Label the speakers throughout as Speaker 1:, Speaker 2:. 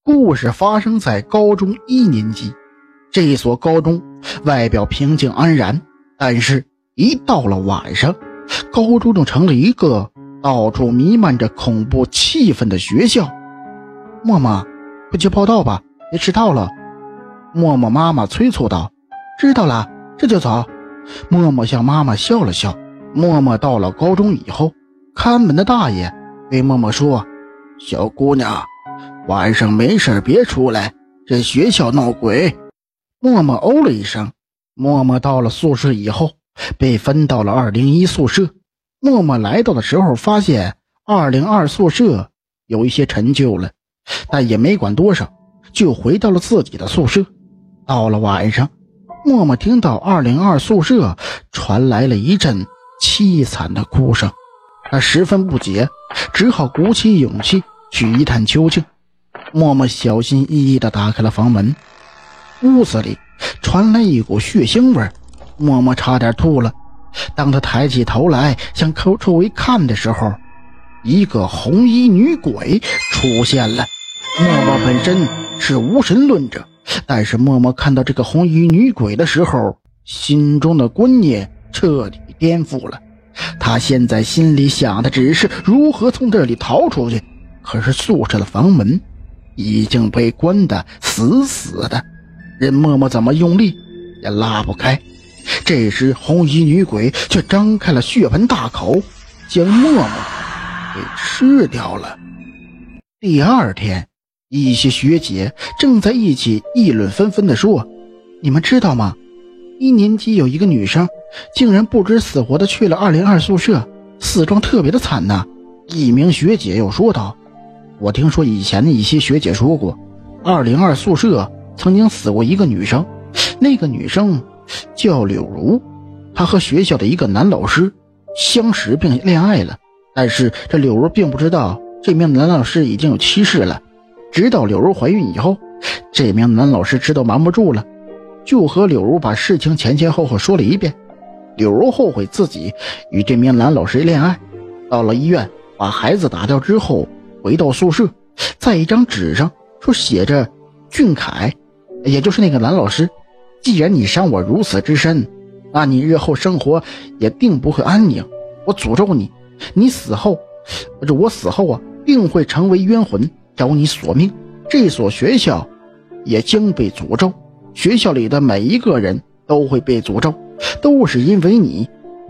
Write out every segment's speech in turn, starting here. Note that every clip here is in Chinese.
Speaker 1: 故事发生在高中1年级。这一所高中外表平静安然，但是一到了晚上，高中就成了一个到处弥漫着恐怖气氛的学校。默默，快去报到吧，别迟到了。默默妈妈催促道。知道了，这就走。默默向妈妈笑了笑。默默到了高中以后，看门的大爷对默默说，小姑娘，晚上没事别出来，这学校闹鬼。默默哦了一声。默默到了宿舍以后，被分到了201宿舍。默默来到的时候发现202宿舍有一些陈旧了，但也没管多少，就回到了自己的宿舍。到了晚上，默默听到202宿舍传来了一阵凄惨的哭声，他十分不解，只好鼓起勇气去一探究竟。默默小心翼翼地打开了房门，屋子里传来一股血腥味，默默差点吐了。当他抬起头来向周围看的时候，一个红衣女鬼出现了。默默本身是无神论者，但是默默看到这个红衣女鬼的时候，心中的观念彻底颠覆了。他现在心里想的只是如何从这里逃出去，可是宿舍的房门已经被关得死死的，任默默怎么用力也拉不开。这时红衣女鬼却张开了血盆大口，将默默给吃掉了。第二天，一些学姐正在一起议论纷纷地说，你们知道吗？1年级有一个女生竟然不知死活地去了202宿舍，死状特别的惨呐。一名学姐又说道，我听说以前的一些学姐说过，202宿舍曾经死过一个女生，那个女生叫柳如，她和学校的一个男老师相识并恋爱了，但是这柳如并不知道这名男老师已经有妻室了。直到柳如怀孕以后，这名男老师知道瞒不住了，就和柳如把事情前前后后说了一遍。柳如后悔自己与这名男老师恋爱，到了医院把孩子打掉之后，回到宿舍，在一张纸上说写着俊凯，也就是那个男老师，既然你伤我如此之深，那你日后生活也定不会安宁，我诅咒你，你死后我死后定会成为冤魂找你索命，这所学校也将被诅咒，学校里的每一个人都会被诅咒，都是因为你。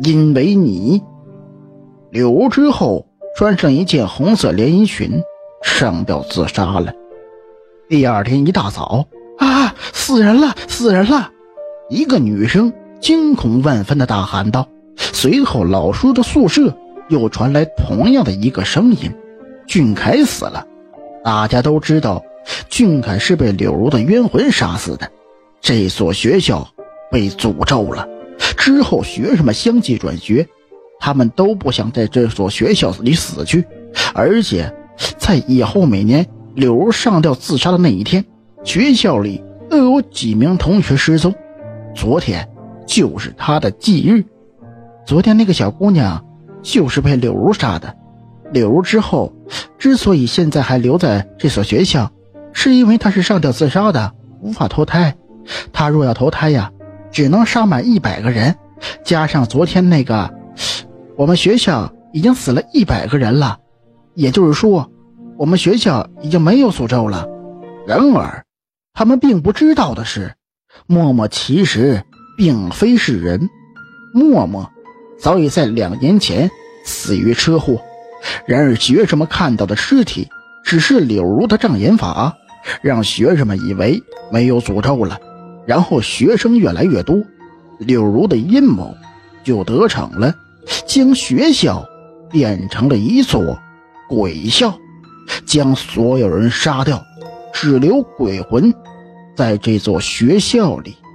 Speaker 1: 柳如之后穿上一件红色连衣裙上吊自杀了。第二天一大早，死人了，死人了！一个女生惊恐万分地大喊道。随后老师的宿舍又传来同样的一个声音，俊凯死了。大家都知道俊凯是被柳如的冤魂杀死的，这所学校被诅咒了。之后学生们相继转学，他们都不想在这所学校里死去，而且在以后每年柳如上吊自杀的那一天，学校里都有几名同学失踪，昨天就是他的忌日。昨天那个小姑娘就是被柳如杀的。柳如之后之所以现在还留在这所学校，是因为她是上吊自杀的，无法投胎。她若要投胎只能杀满100个人，加上昨天那个，我们学校已经死了100个人了，也就是说我们学校已经没有诅咒了。然而他们并不知道的是，默默其实并非是人，默默早已在2年前死于车祸。然而学生们看到的尸体只是柳如的障眼法，让学生们以为没有诅咒了。然后学生越来越多，柳如的阴谋就得逞了，将学校变成了一座鬼校，将所有人杀掉，只留鬼魂在这座学校里。